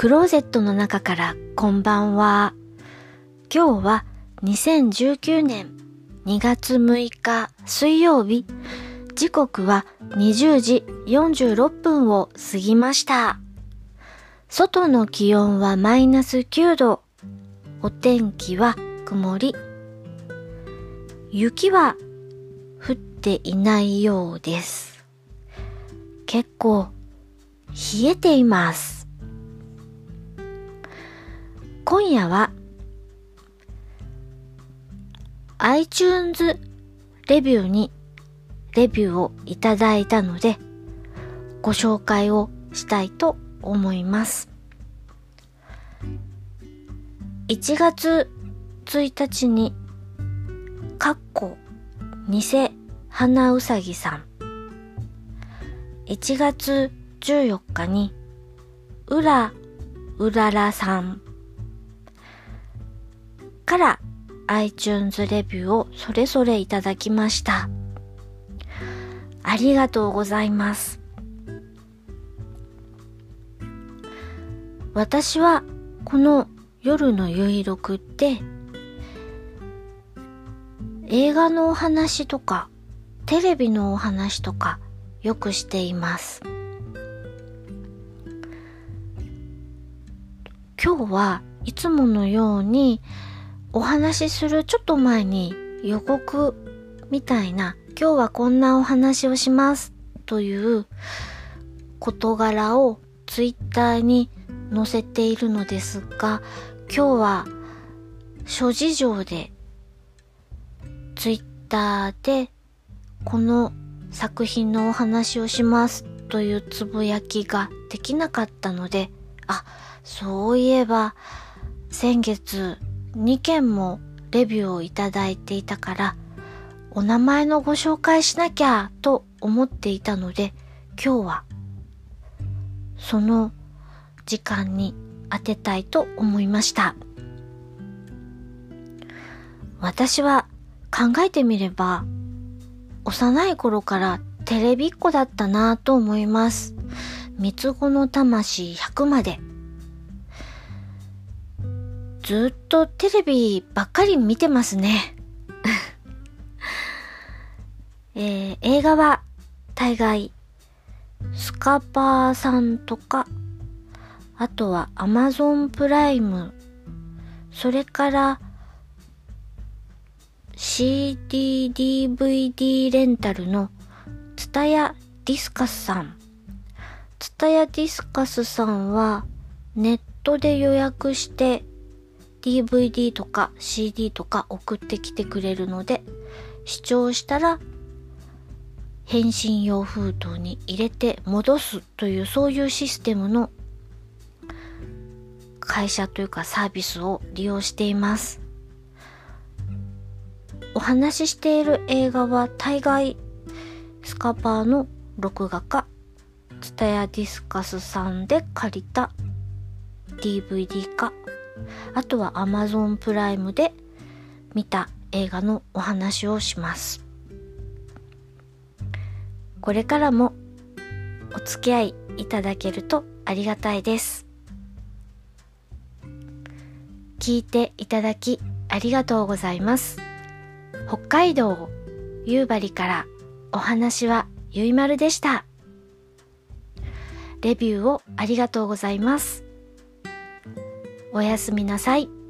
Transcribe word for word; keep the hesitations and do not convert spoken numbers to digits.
クローゼットの中からこんばんは。今日はにせんじゅうきゅうねんにがつむいか水曜日。時刻はにじゅうじよんじゅうろっぷんを過ぎました。外の気温はマイナスきゅうど。お天気は曇り。雪は降っていないようです。結構冷えています。今夜は iTunes レビューにレビューをいただいたのでご紹介をしたいと思います。いちがつついたちにかっこ偽花うさぎさん、いちがつじゅうよっかにうらうららさんから iTunes レビューをそれぞれいただきました。ありがとうございます。私はこの夜のゆいろくって映画のお話とかテレビのお話とかよくしています。今日はいつものようにお話しするちょっと前に予告みたいな、今日はこんなお話をしますという事柄をツイッターに載せているのですが、今日は諸事情でツイッターでこの作品のお話をしますというつぶやきができなかったので、あ、そういえば先月にけんもレビューをいただいていたからお名前のご紹介しなきゃと思っていたので、今日はその時間に当てたいと思いました。私は考えてみれば幼い頃からテレビっ子だったなぁと思います。三つ子の魂ひゃくまでずっとテレビばっかり見てますね。えー、映画は大概スカパーさんとか、あとはアマゾンプライム、それからシーディー、ディーブイディー レンタルのツタヤディスカスさん。ツタヤディスカスさんはネットで予約してディーブイディー とか シーディー とか送ってきてくれるので、視聴したら返信用封筒に入れて戻すという、そういうシステムの会社というかサービスを利用しています。お話ししている映画は大概スカパーの録画かツタヤディスカスさんで借りた ディーブイディー か、あとは Amazon プライムで見た映画のお話をします。これからもお付き合いいただけるとありがたいです。聞いていただきありがとうございます。北海道夕張からお話はゆいまるでした。レビューをありがとうございます。おやすみなさい。